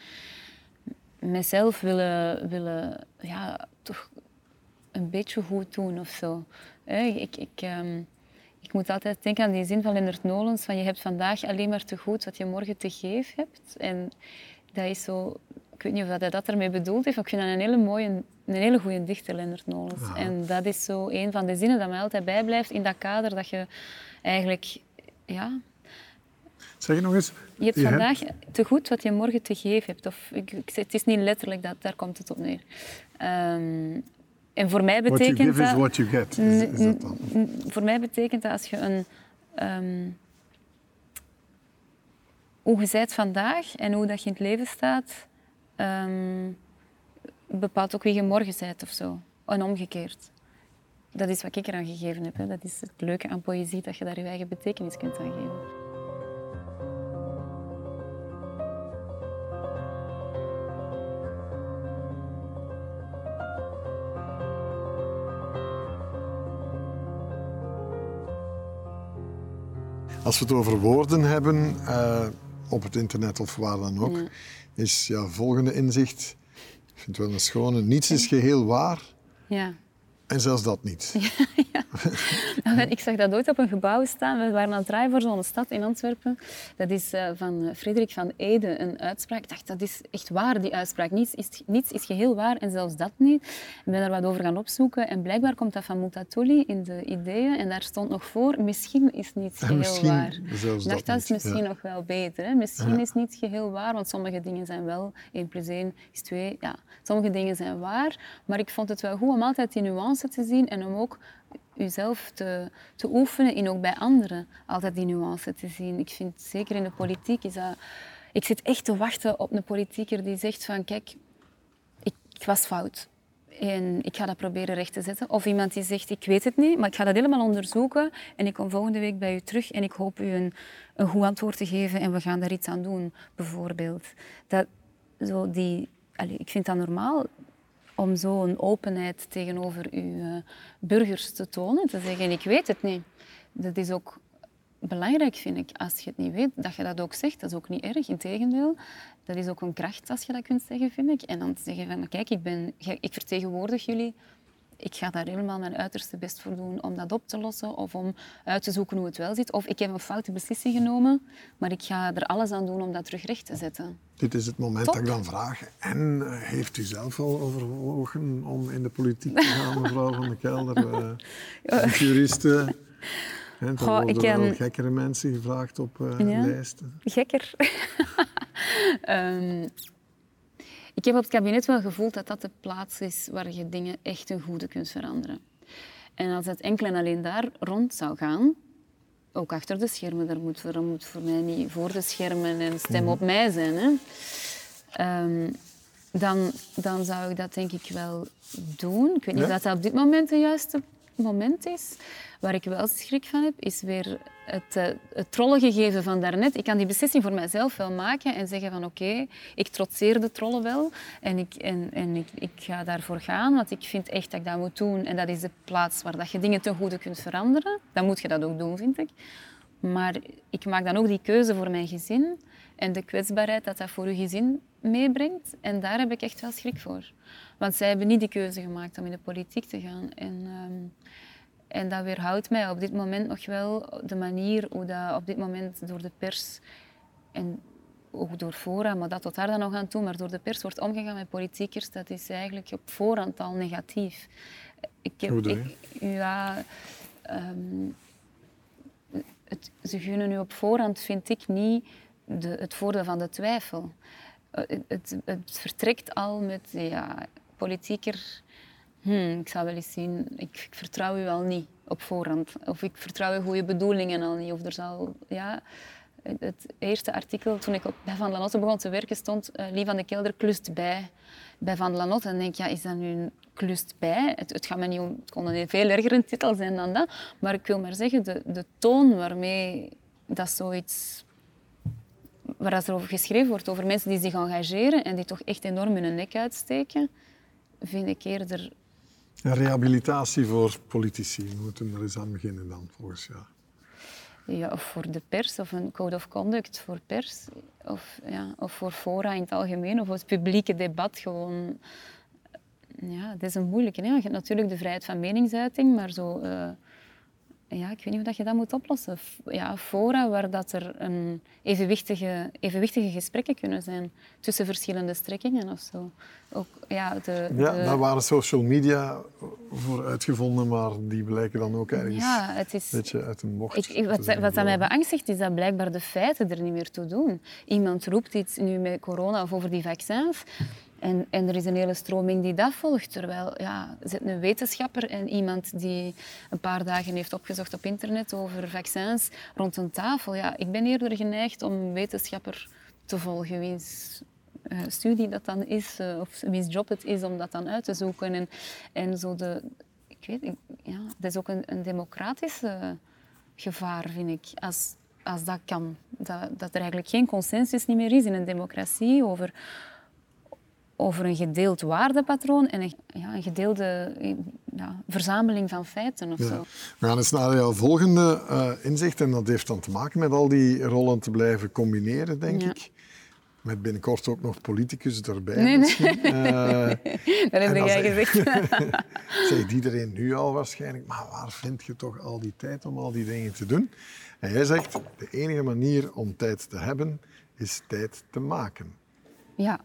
mezelf willen, willen ja, toch een beetje goed doen of zo. Ik... ik um, Ik moet altijd denken aan die zin van Leonard Nolens, van je hebt vandaag alleen maar te goed wat je morgen te geven hebt. En dat is zo, ik weet niet of hij dat ermee bedoeld heeft, maar ik vind dat een hele mooie, een hele goede dichter, Leonard Nolens. Ja. En dat is zo een van de zinnen dat mij altijd bijblijft in dat kader, dat je eigenlijk, ja... Zeg je nog eens? Je hebt je vandaag hebt... te goed wat je morgen te geven hebt. Of, ik, ik, het is niet letterlijk, dat, daar komt het op neer. Um, En voor mij betekent what you give dat... is what you get, is, is dat dan? Voor mij betekent dat als je een... Um, hoe je bent vandaag en hoe dat je in het leven staat, um, bepaalt ook wie je morgen bent of zo. En omgekeerd. Dat is wat ik eraan gegeven heb. Hè. Dat is het leuke aan poëzie, dat je daar je eigen betekenis kunt aan geven. Als we het over woorden hebben, uh, op het internet of waar dan ook, ja. is ja, volgende inzicht, ik vind het wel een schone, niets is geheel waar. Ja. En zelfs dat niet. Ja, ja. Ik zag dat ooit op een gebouw staan. We waren aan het draaien voor zo'n stad in Antwerpen. Dat is uh, van Frederik van Eede, een uitspraak. Ik dacht, dat is echt waar, die uitspraak. Niets is, niets is geheel waar en zelfs dat niet. Ik ben er wat over gaan opzoeken. En blijkbaar komt dat van Multatuli in de ideeën. En daar stond nog voor, misschien is niets geheel misschien waar. Ik dacht, dat, dat is misschien ja. nog wel beter. Hè? Misschien ja. is niets geheel waar, want sommige dingen zijn wel één plus één is twee. Ja, sommige dingen zijn waar. Maar ik vond het wel goed om altijd die nuance te zien en om ook uzelf te, te oefenen en ook bij anderen altijd die nuance te zien. Ik vind zeker in de politiek is dat... Ik zit echt te wachten op een politieker die zegt van kijk, ik, ik was fout. En ik ga dat proberen recht te zetten. Of iemand die zegt, ik weet het niet, maar ik ga dat helemaal onderzoeken en ik kom volgende week bij u terug en ik hoop u een, een goed antwoord te geven en we gaan daar iets aan doen, bijvoorbeeld. Dat, zo die, allez, ik vind dat normaal om zo een openheid tegenover uw uh, burgers te tonen, te zeggen, ik weet het niet. Dat is ook belangrijk, vind ik, als je het niet weet, dat je dat ook zegt. Dat is ook niet erg, integendeel. Dat is ook een kracht als je dat kunt zeggen, vind ik. En dan te zeggen van, kijk, ik, ben, ik vertegenwoordig jullie ik ga daar helemaal mijn uiterste best voor doen om dat op te lossen of om uit te zoeken hoe het wel zit. Of ik heb een foute beslissing genomen, maar ik ga er alles aan doen om dat terug recht te zetten. Dit is het moment Top. dat ik dan vraag. En uh, heeft u zelf al overwogen om in de politiek te gaan, mevrouw Van de Kelder? Uh, ja. Juristen. En dan Goh, worden ik, wel um, gekkere mensen gevraagd op uh, ja, lijsten. Gekker. um, ik heb op het kabinet wel gevoeld dat dat de plaats is waar je dingen echt ten goede kunt veranderen. En als het enkel en alleen daar rond zou gaan, ook achter de schermen, daar moet, er moet voor mij niet voor de schermen en stem mm. op mij zijn, hè. Um, dan, dan zou ik dat denk ik wel doen. Ik weet niet ja? of dat op dit moment het juiste moment is. Waar ik wel schrik van heb, is weer het, uh, het trollengegeven van daarnet. Ik kan die beslissing voor mijzelf wel maken en zeggen van oké, okay, ik trotseer de trollen wel en, ik, en, en ik, ik ga daarvoor gaan, want ik vind echt dat ik dat moet doen. En dat is de plaats waar dat je dingen ten goede kunt veranderen. Dan moet je dat ook doen, vind ik. Maar ik maak dan ook die keuze voor mijn gezin en de kwetsbaarheid dat dat voor uw gezin meebrengt. En daar heb ik echt wel schrik voor. Want zij hebben niet die keuze gemaakt om in de politiek te gaan. En, um, en dat weerhoudt mij op dit moment nog wel de manier hoe dat op dit moment door de pers en ook door fora, maar dat tot daar dan nog aan toe, maar door de pers wordt omgegaan met politiekers, dat is eigenlijk op voorhand al negatief. Ik heb, Hoe doe je? Ik, ja, um, het, ze gunnen nu op voorhand, vind ik, niet de, het voordeel van de twijfel. Het, het, het vertrekt al met, ja, politieker, hmm, ik zou wel eens zien, ik, ik vertrouw u al niet op voorhand. Of ik vertrouw uw goede bedoelingen al niet. Of er zal, ja, het, het eerste artikel, toen ik op, bij Van Lanotte begon te werken, stond uh, Lien van de Kelder klust bij. Bij Van Lanotte. En dan denk ik, ja, is dat nu een klust bij? Het, het gaat me niet om, het kon een veel ergere titel zijn dan dat. Maar ik wil maar zeggen, de, de toon waarmee dat zoiets, waar dat er over geschreven wordt, over mensen die zich engageren en die toch echt enorm hun nek uitsteken, vind ik eerder... Een rehabilitatie voor politici. We moeten er eens aan beginnen dan, volgens jou. Ja, of voor de pers, of een code of conduct voor pers. Of, ja, of voor fora in het algemeen, of het publieke debat gewoon... Ja, het is een moeilijke. Hè? Je hebt natuurlijk de vrijheid van meningsuiting, maar zo... Uh, ja, ik weet niet hoe je dat moet oplossen. Ja, fora waar dat er een evenwichtige, evenwichtige gesprekken kunnen zijn tussen verschillende strekkingen of zo. Ook, ja, de, ja de... daar waren social media voor uitgevonden, maar die blijken dan ook ergens ja, het is... een beetje uit een bocht. Ik, ik, wat wat dat mij beangstigt, is dat blijkbaar de feiten er niet meer toe doen. Iemand roept iets nu met corona of over die vaccins. En, en er is een hele stroming die dat volgt. Terwijl ja, er zit een wetenschapper en iemand die een paar dagen heeft opgezocht op internet over vaccins rond een tafel. Ja, ik ben eerder geneigd om een wetenschapper te volgen, wiens uh, studie dat dan is, uh, of wiens job het is om dat dan uit te zoeken. En, en zo de, ik weet, ik, ja, dat is ook een, een democratische gevaar, vind ik, als, als dat kan. Dat, dat er eigenlijk geen consensus niet meer is in een democratie over... over een gedeeld waardepatroon en een, ja, een gedeelde ja, verzameling van feiten of ja. zo. We gaan eens naar jouw volgende uh, inzicht en dat heeft dan te maken met al die rollen te blijven combineren, denk ja. ik. Met binnenkort ook nog politicus erbij nee, misschien. Nee. Uh, dat heb jij gezegd. Zegt iedereen nu al waarschijnlijk, maar waar vind je toch al die tijd om al die dingen te doen? En jij zegt, de enige manier om tijd te hebben, is tijd te maken. Ja.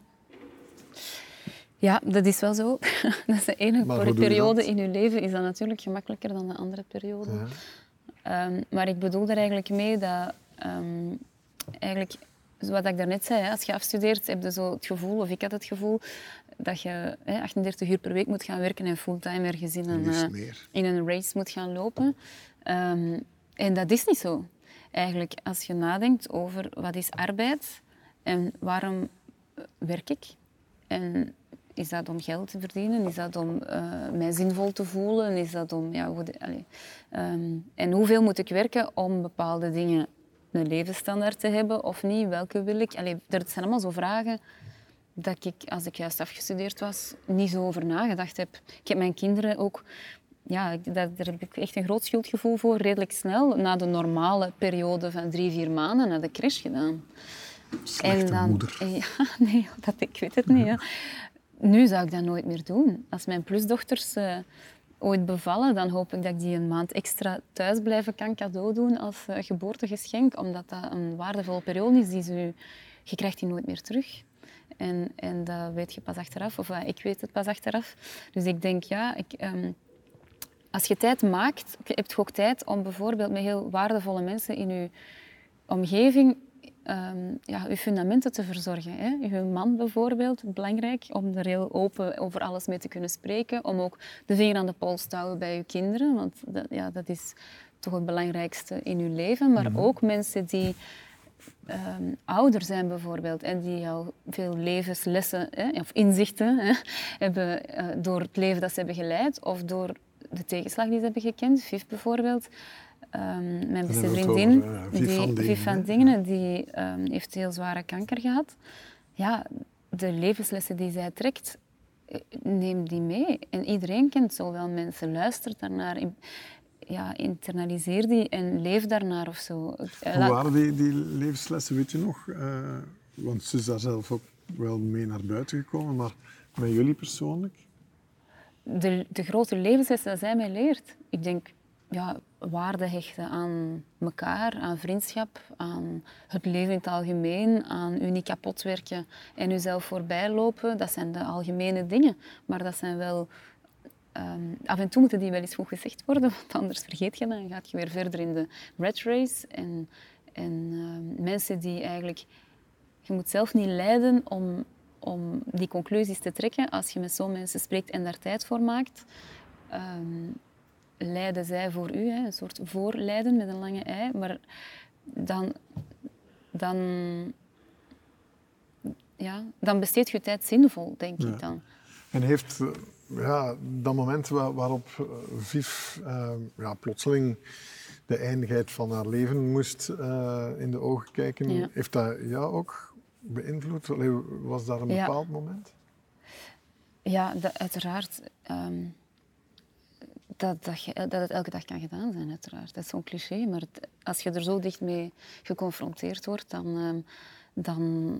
Ja, dat is wel zo. Dat is de ene maar periode in je leven is dat natuurlijk gemakkelijker dan de andere periode. Ja. Um, maar ik bedoel er eigenlijk mee dat... Um, eigenlijk, wat ik daarnet zei, als je afstudeert, heb je zo het gevoel, of ik had het gevoel, dat je hè, achtendertig uur per week moet gaan werken en fulltime ergens in een, uh, in een race moet gaan lopen. Um, en dat is niet zo. Eigenlijk, als je nadenkt over wat is arbeid en waarom werk ik? En is dat om geld te verdienen? Is dat om uh, mij zinvol te voelen? Is dat om... Ja, hoe de, allez, um, en hoeveel moet ik werken om bepaalde dingen een levensstandaard te hebben of niet? Welke wil ik? Allez, dat zijn allemaal zo vragen dat ik, als ik juist afgestudeerd was, niet zo over nagedacht heb. Ik heb mijn kinderen ook... Ja, daar heb ik echt een groot schuldgevoel voor. Redelijk snel, na de normale periode van drie, vier maanden, naar de crash gedaan. Slechte en dan, moeder. Ja, nee, dat, ik weet het niet. Ja. Nu zou ik dat nooit meer doen. Als mijn plusdochters uh, ooit bevallen, dan hoop ik dat ik die een maand extra thuis blijven kan cadeau doen als uh, geboortegeschenk, omdat dat een waardevolle periode is die ze, je krijgt die nooit meer terug. En, en dat weet je pas achteraf, of uh, ik weet het pas achteraf. Dus ik denk, ja, ik, um, als je tijd maakt, heb je ook tijd om bijvoorbeeld met heel waardevolle mensen in je omgeving um, ja, je fundamenten te verzorgen. Hè. Je man bijvoorbeeld, belangrijk, om er heel open over alles mee te kunnen spreken. Om ook de vinger aan de pols te houden bij je kinderen, want dat, ja, dat is toch het belangrijkste in je leven. Maar mm-hmm. ook mensen die um, ouder zijn bijvoorbeeld en die al veel levenslessen hè, of inzichten hè, hebben uh, door het leven dat ze hebben geleid of door de tegenslag die ze hebben gekend. Viv bijvoorbeeld. Um, mijn beste vriendin, over, uh, Viv van Dingen, Viv van Dingen die um, heeft heel zware kanker gehad. Ja, de levenslessen die zij trekt, neem die mee. En iedereen kent zo wel mensen. Luistert daarnaar, in, ja, internaliseer die en leef daarnaar of zo. Hoe waren die, die levenslessen, weet je nog? Uh, want ze is daar zelf ook wel mee naar buiten gekomen, maar met jullie persoonlijk? De, de grote levenslessen dat zij mij leert. Ik denk, ja, waarde hechten aan elkaar, aan vriendschap, aan het leven in het algemeen, aan je niet kapot werken en jezelf voorbij lopen. Dat zijn de algemene dingen. Maar dat zijn wel... Um, af en toe moeten die wel eens goed gezegd worden, want anders vergeet je dat en gaat je weer verder in de rat race. En, en uh, mensen die eigenlijk... Je moet zelf niet lijden om, om die conclusies te trekken als je met zo'n mensen spreekt en daar tijd voor maakt. Um, Lijden zij voor u, hè, een soort voorlijden met een lange ei, maar dan, dan, ja, dan besteed je tijd zinvol, denk ja. ik dan. En heeft ja, dat moment waarop Viv uh, ja, plotseling de eindigheid van haar leven moest uh, in de ogen kijken, ja. heeft dat jou ook beïnvloed? Was dat een ja. bepaald moment? Ja, de, uiteraard. Um, Dat, dat, je, dat het elke dag kan gedaan zijn, uiteraard. Dat is zo'n cliché, maar het, als je er zo dicht mee geconfronteerd wordt, dan, uh, dan,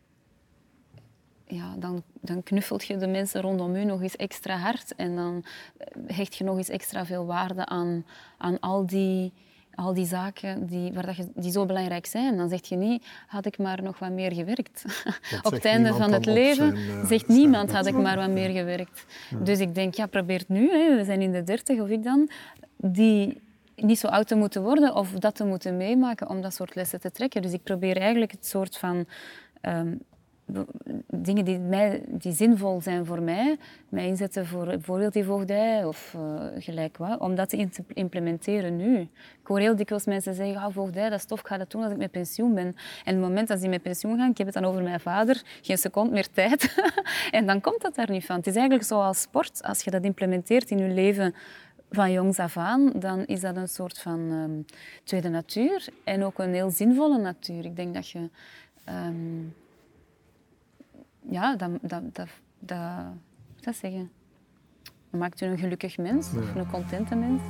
ja, dan, dan knuffelt je de mensen rondom je nog eens extra hard en dan hecht je nog eens extra veel waarde aan, aan al die... al die zaken die, waar dat je, die zo belangrijk zijn. Dan zeg je niet, had ik maar nog wat meer gewerkt. Op het einde van het leven zijn, uh, zegt niemand, had ik maar wat meer gewerkt. Ja. Dus ik denk, ja, probeer het nu. Hè. We zijn in de dertig, of ik dan, die niet zo oud te moeten worden of dat te moeten meemaken om dat soort lessen te trekken. Dus ik probeer eigenlijk het soort van... Um, dingen die, mij, die zinvol zijn voor mij, mij inzetten voor bijvoorbeeld die voogdij of uh, gelijk wat, om dat te implementeren nu. Ik hoor heel dikwijls mensen zeggen, ah, voogdij, dat is tof, ik ga dat doen als ik met pensioen ben. En het moment dat die met pensioen gaan, ik heb het dan over mijn vader, geen seconde meer tijd. En dan komt dat daar niet van. Het is eigenlijk zoals sport, als je dat implementeert in je leven van jongs af aan, dan is dat een soort van um, tweede natuur en ook een heel zinvolle natuur. Ik denk dat je... Um, Ja, dat, dat, dat, dat, moet dat zeggen? Dat maakt je een gelukkig mens, ja. Of een contente mens.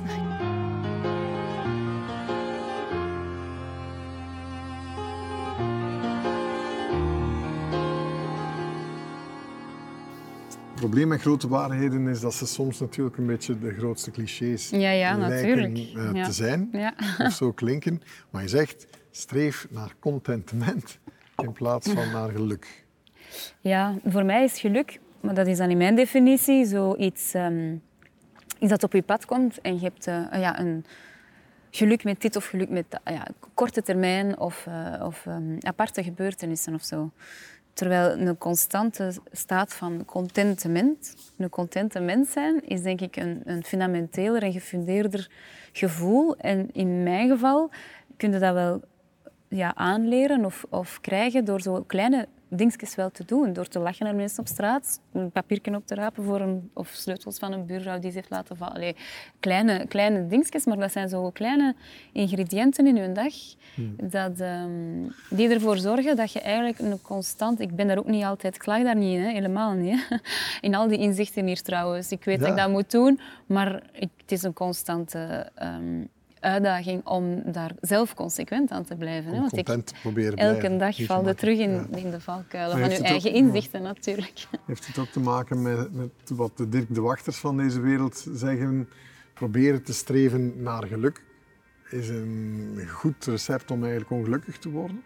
Het probleem met grote waarheden is dat ze soms natuurlijk een beetje de grootste clichés ja, ja, lijken uh, ja. te zijn, ja. of zo klinken. Maar je zegt, streef naar contentement in plaats van naar geluk. Ja, voor mij is geluk, maar dat is dan in mijn definitie, zoiets um, iets dat op je pad komt en je hebt uh, ja, een geluk met dit of geluk met dat, ja, korte termijn of, uh, of um, aparte gebeurtenissen of zo. Terwijl een constante staat van contentement, een contente mens zijn, is denk ik een, een fundamenteler en gefundeerder gevoel. En in mijn geval kun je dat wel ja, aanleren of, of krijgen door zo kleine dingetjes wel te doen. Door te lachen naar mensen op straat, een papiertje op te rapen voor een, of sleutels van een buurvrouw die ze heeft laten vallen. Allee, kleine, kleine dingetjes, maar dat zijn zo kleine ingrediënten in je dag hmm. dat, um, die ervoor zorgen dat je eigenlijk een constant... Ik ben daar ook niet altijd... Ik lag daar niet in, hè, helemaal niet. Hè. In al die inzichten hier trouwens. Ik weet ja. dat ik dat moet doen, maar ik, het is een constante... Um, uitdaging om daar zelf consequent aan te blijven. Om hè? Want content te proberen elke blijven. dag Niet valt je terug in, gemakkelijk, ja. in de valkuilen Maar van je heeft het eigen ook- inzichten natuurlijk. Heeft het ook te maken met, met wat de Dirk de Wachters van deze wereld zeggen? Proberen te streven naar geluk is een goed recept om eigenlijk ongelukkig te worden.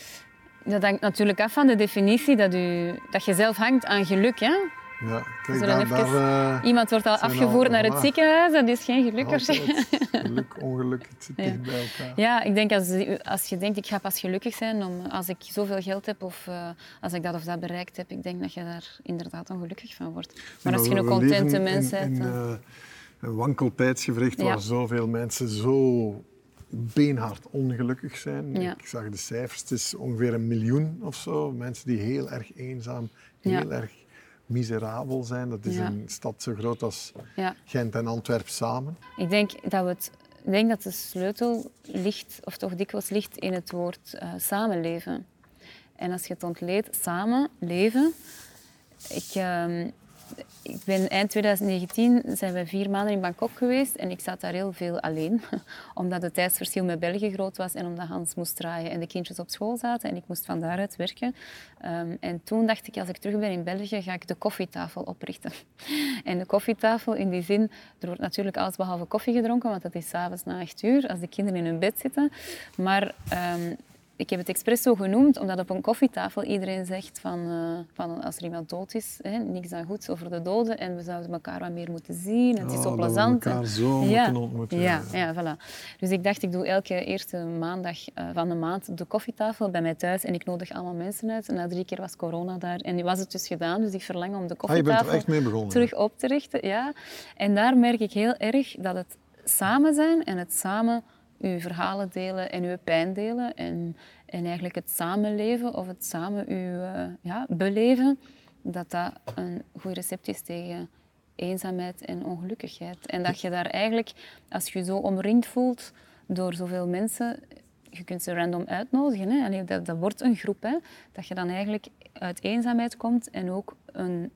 Dat hangt natuurlijk af van de definitie dat, u, dat je zelf hangt aan geluk. Hè? Ja, kijk, Zullen daar, even- daar, uh, Iemand wordt al zijn afgevoerd al- naar het voilà. ziekenhuis, dat is geen gelukker. altijd geluk, ongeluk, het zit Ja. dicht bij elkaar. Ja, ik denk als, als je denkt, ik ga pas gelukkig zijn om, als ik zoveel geld heb of uh, als ik dat of dat bereikt heb, ik denk dat je daar inderdaad ongelukkig van wordt. Maar Ja, als je we- een we contente leven mens in, bent... in, dan- uh, een wankel tijdsgevricht Ja. waar zoveel mensen zo beenhard ongelukkig zijn. Ja. Ik zag de cijfers, het is ongeveer een miljoen of zo. Mensen die heel erg eenzaam, Ja. heel erg miserabel zijn. Dat is Ja. een stad zo groot als ja. Gent en Antwerpen samen. Ik denk dat, we het, ik denk dat de sleutel ligt, of toch dikwijls ligt, in het woord uh, samenleven. En als je het ontleedt, samen leven. Ik, uh, ik ben eind twintig negentien zijn we vier maanden in Bangkok geweest en ik zat daar heel veel alleen. Omdat het tijdsverschil met België groot was en omdat Hans moest draaien en de kindjes op school zaten en ik moest van daaruit werken. Um, en toen dacht ik, als ik terug ben in België, ga ik de koffietafel oprichten. En de koffietafel in die zin, er wordt natuurlijk alles behalve koffie gedronken, want dat is 's avonds na acht uur, als de kinderen in hun bed zitten. Maar um, ik heb het expres zo genoemd, omdat op een koffietafel iedereen zegt van, uh, van als er iemand dood is, hè, niks dan goeds over de doden en we zouden elkaar wat meer moeten zien. Het is zo Oh, plezant. Dat we elkaar zo ja. moeten ontmoeten. Ja, ja, voilà. Dus ik dacht, ik doe elke eerste maandag uh, van de maand de koffietafel bij mij thuis en ik nodig allemaal mensen uit. En na drie keer was corona daar en nu was het dus gedaan, dus ik verlang om de koffietafel ah, je bent er echt mee begonnen, terug op te richten. Ja. En daar merk ik heel erg dat het samen zijn en het samen uw verhalen delen en uw pijn delen en, en eigenlijk het samenleven of het samen uw uh, ja, beleven, dat dat een goed recept is tegen eenzaamheid en ongelukkigheid. En dat je daar eigenlijk, als je je zo omringd voelt door zoveel mensen, je kunt ze random uitnodigen, hè? Allee, dat, dat wordt een groep, hè? Dat je dan eigenlijk uit eenzaamheid komt en ook een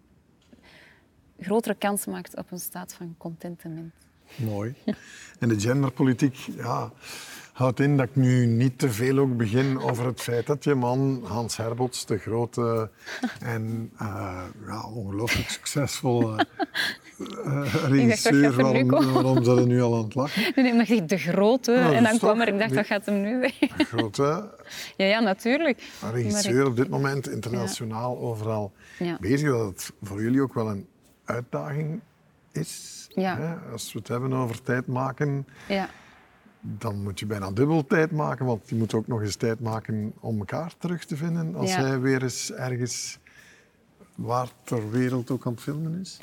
grotere kans maakt op een staat van contentement. Mooi. En de genderpolitiek, ja, houdt in dat ik nu niet te veel ook begin over het feit dat je man Hans Herbots, de grote en uh, ja, ongelooflijk succesvolle uh, regisseur, waarom, waarom zijn we nu al aan het lachen? Nee, nee, maar de grote, ja, en dan toch, kwam er, ik dacht, nee. wat gaat hem nu zeggen? Grote Ja, ja, natuurlijk. regisseur op dit moment, internationaal, ja. overal ja. bezig, dat het voor jullie ook wel een uitdaging is. Ja. Hè? Als we het hebben over tijd maken, ja. dan moet je bijna dubbel tijd maken, want je moet ook nog eens tijd maken om elkaar terug te vinden als ja. hij weer eens ergens waar ter wereld ook aan het filmen is.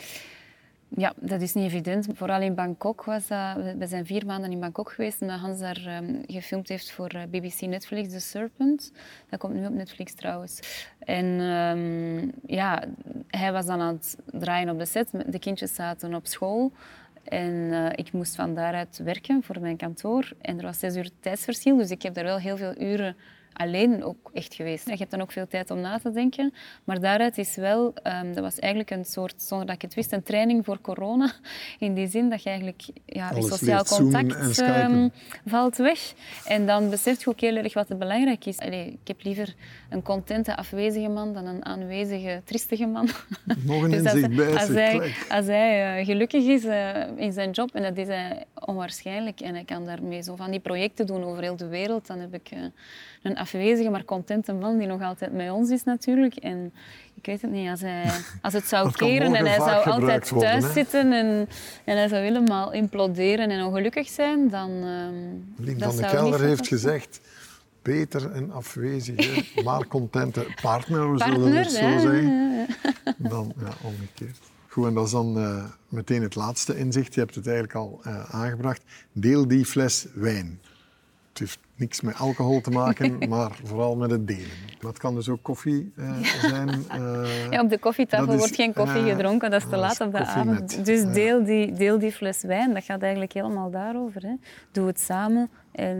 Ja, dat is niet evident. Vooral in Bangkok was dat... We zijn vier maanden in Bangkok geweest omdat Hans daar um, gefilmd heeft voor B B C Netflix, The Serpent. Dat komt nu op Netflix trouwens. En um, ja, hij was dan aan het draaien op de set. De kindjes zaten op school. En uh, ik moest van daaruit werken voor mijn kantoor. En er was zes uur tijdsverschil, dus ik heb daar wel heel veel uren alleen ook echt geweest. Je hebt dan ook veel tijd om na te denken. Maar daaruit is wel, um, dat was eigenlijk een soort, zonder dat ik het wist, een training voor corona. In die zin dat je eigenlijk, ja, je sociaal contact um, valt weg. En dan besef je ook heel erg wat het belangrijk is. Allee, ik heb liever een contente, afwezige man dan een aanwezige, triestige man. Nog een dus inzicht bij als hij, als hij uh, gelukkig is uh, in zijn job, en dat is hij onwaarschijnlijk, en hij kan daarmee zo van die projecten doen over heel de wereld, dan heb ik uh, een afwezige, maar contente man die nog altijd met ons is natuurlijk. En ik weet het niet, als, hij, als het zou keren en hij zou altijd worden, thuis hè? zitten en, en hij zou helemaal imploderen en ongelukkig zijn, dan um, Lien dat van de zou Kelder niet heeft gezegd, beter een afwezige, maar contente partner, we partner, zullen het zo hè? zeggen, dan ja, omgekeerd. Goed, en dat is dan uh, meteen het laatste inzicht. Je hebt het eigenlijk al uh, aangebracht. Deel die fles wijn. Het heeft niks met alcohol te maken, maar vooral met het delen. Dat kan dus ook koffie uh, zijn. Uh, ja, op de koffietafel is, wordt geen koffie uh, gedronken, dat is te laat op de avond. Dus deel die, deel die fles wijn, dat gaat eigenlijk helemaal daarover. Hè. Doe het samen en,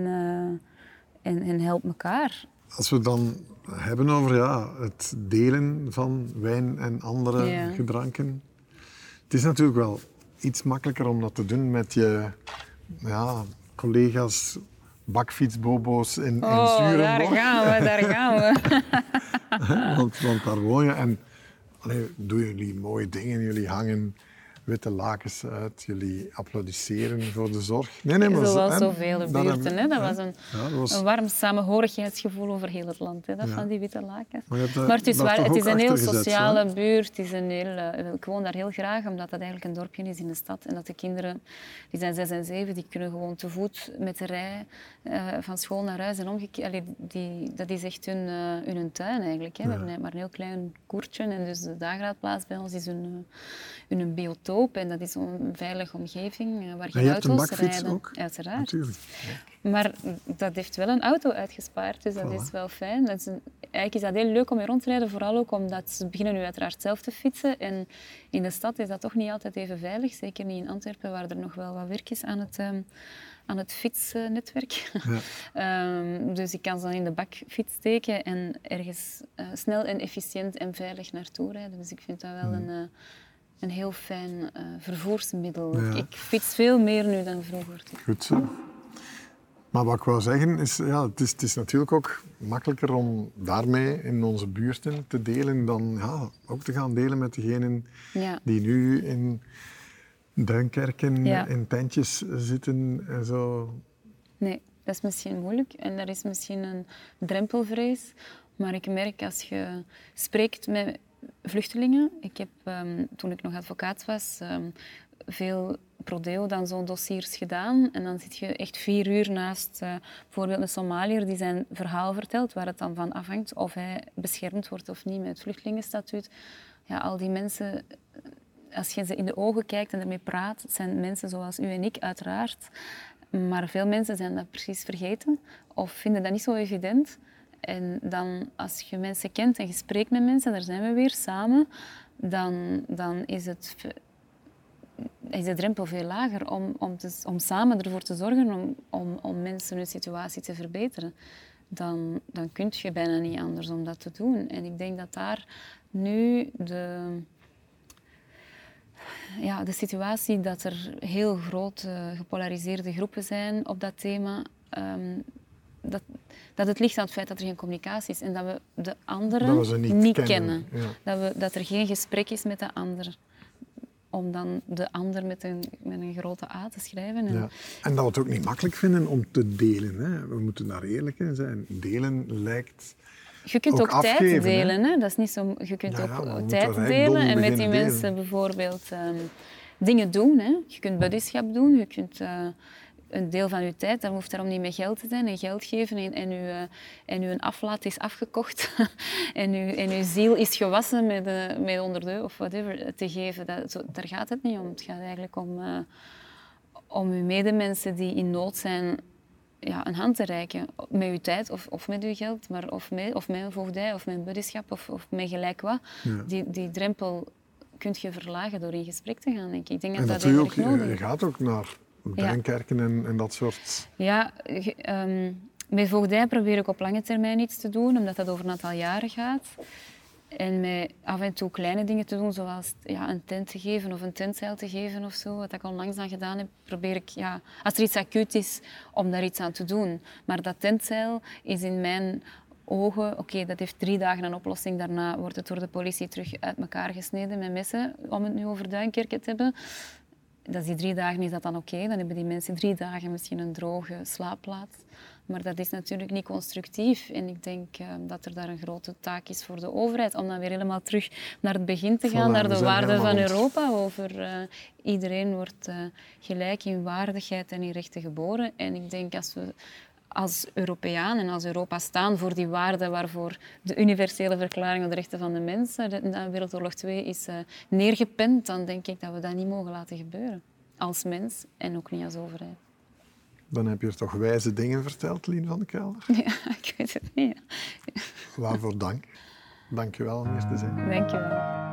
uh, en, en help elkaar. Als we het dan hebben over ja, het delen van wijn en andere ja. gedranken. Het is natuurlijk wel iets makkelijker om dat te doen met je ja, collega's bakfietsbobo's in, oh, in Zurenborg. daar gaan we, daar gaan we. want, want daar woon je en allee, doen jullie mooie dingen. Jullie hangen witte lakens uit, jullie applaudisseren voor de zorg. Nee, nee, maar Zoals en, zoveel buurten. Hè? Dat was een, ja, dat was... een warm samenhorigheidsgevoel over heel het land, hè? Dat ja. van die witte lakens. Maar, maar het is, waar, het is een heel sociale zo, buurt. Het is een heel, uh, ik woon daar heel graag, omdat dat eigenlijk een dorpje is in de stad. En dat de kinderen, die zijn zes en zeven, die kunnen gewoon te voet met de rij uh, van school naar huis en omgekeerd. Allee, die, dat is echt hun, uh, hun tuin eigenlijk. Hè? Ja. We hebben maar een heel klein koertje en dus de dagraadplaats bij ons is hun, uh, hun biotoop. En dat is een veilige omgeving uh, waar geen auto's rijden. Ook? Uiteraard. Natuurlijk. Ja. Maar dat heeft wel een auto uitgespaard, dus dat voilà. is wel fijn. Dat is een, eigenlijk is dat heel leuk om mee rond te rijden, vooral ook omdat ze beginnen nu uiteraard zelf te fietsen. En in de stad is dat toch niet altijd even veilig, zeker niet in Antwerpen, waar er nog wel wat werk is aan het, um, aan het fietsnetwerk. Ja. um, dus ik kan ze dan in de bakfiets steken en ergens uh, snel en efficiënt en veilig naartoe rijden. Dus ik vind dat wel mm. een... Uh, een heel fijn uh, vervoersmiddel. Ja. Ik fiets veel meer nu dan vroeger. Goed zo. Maar wat ik wou zeggen is, ja, het is, het is natuurlijk ook makkelijker om daarmee in onze buurten te delen dan ja, ook te gaan delen met degenen ja. die nu in Duinkerken ja. in tentjes zitten en zo. Nee, dat is misschien moeilijk en er is misschien een drempelvrees. Maar ik merk als je spreekt met vluchtelingen. Ik heb, um, toen ik nog advocaat was, um, veel prodeo dan zo'n dossiers gedaan. En dan zit je echt vier uur naast uh, bijvoorbeeld een Somaliër die zijn verhaal vertelt, waar het dan van afhangt of hij beschermd wordt of niet met het vluchtelingenstatuut. Ja, al die mensen, als je ze in de ogen kijkt en ermee praat, het zijn mensen zoals u en ik, uiteraard. Maar veel mensen zijn dat precies vergeten of vinden dat niet zo evident. En dan, als je mensen kent en je spreekt met mensen, daar zijn we weer samen, dan, dan is, het, is de drempel veel lager om, om, te, om samen ervoor te zorgen om, om, om mensen hun situatie te verbeteren. Dan, dan kun je bijna niet anders om dat te doen. En ik denk dat daar nu de, ja, de situatie dat er heel grote gepolariseerde groepen zijn op dat thema, um, dat, dat het ligt aan het feit dat er geen communicatie is en dat we de anderen we niet, niet kennen. kennen. Ja. Dat, we, dat er geen gesprek is met de ander. Om dan de ander met een, met een grote A te schrijven. En, ja. en dat we het ook niet makkelijk vinden om te delen. Hè. We moeten daar eerlijk in zijn. Delen lijkt Je kunt ook, ook tijd afgeven, delen. Hè. Hè. Dat is niet zo, je kunt ja, ook ja, tijd delen en met die mensen delen. bijvoorbeeld um, dingen doen. Hè. Je kunt buddyschap doen. Je kunt uh, een deel van je tijd, dat hoeft daarom niet met geld te zijn, en geld geven en, en, uw, en uw aflaat is afgekocht en, uw, en uw ziel is gewassen met, uh, met honderd euro of whatever te geven. Dat, zo, daar gaat het niet om. Het gaat eigenlijk om, uh, om uw medemensen die in nood zijn ja, een hand te reiken. Met uw tijd of, of met uw geld, maar of, met, of met een voogdij of met een buddyschap of, of met gelijk wat. Ja. Die, die drempel kun je verlagen door in gesprek te gaan, denk ik. Ik denk dat en dat, dat dat eigenlijk nodig is. is. Je gaat ook naar Duinkerken ja. en, en dat soort... Ja, um, met voogdij probeer ik op lange termijn iets te doen, omdat dat over een aantal jaren gaat. En met af en toe kleine dingen te doen, zoals ja, een tent te geven of een tentzeil te geven of zo, wat ik onlangs dan gedaan heb, probeer ik, ja, als er iets acuut is, om daar iets aan te doen. Maar dat tentzeil is in mijn ogen, oké, okay, dat heeft drie dagen een oplossing. Daarna wordt het door de politie terug uit elkaar gesneden met messen, om het nu over Duinkerken te hebben. Dat is die drie dagen is dat dan oké. Okay. Dan hebben die mensen drie dagen misschien een droge slaapplaats. Maar dat is natuurlijk niet constructief. En ik denk uh, dat er daar een grote taak is voor de overheid om dan weer helemaal terug naar het begin te gaan, voilà, naar de waarden van Europa. Over uh, iedereen wordt uh, gelijk in waardigheid en in rechten geboren. En ik denk als we als Europeaan en als Europa staan voor die waarden waarvoor de universele verklaring van de rechten van de mens na Wereldoorlog twee is uh, neergepend, dan denk ik dat we dat niet mogen laten gebeuren. Als mens en ook niet als overheid. Dan heb je er toch wijze dingen verteld, Lien van de Kelder? Ja, ik weet het niet. Ja. Waarvoor dank. Dank je wel om hier te zijn. Dank je wel.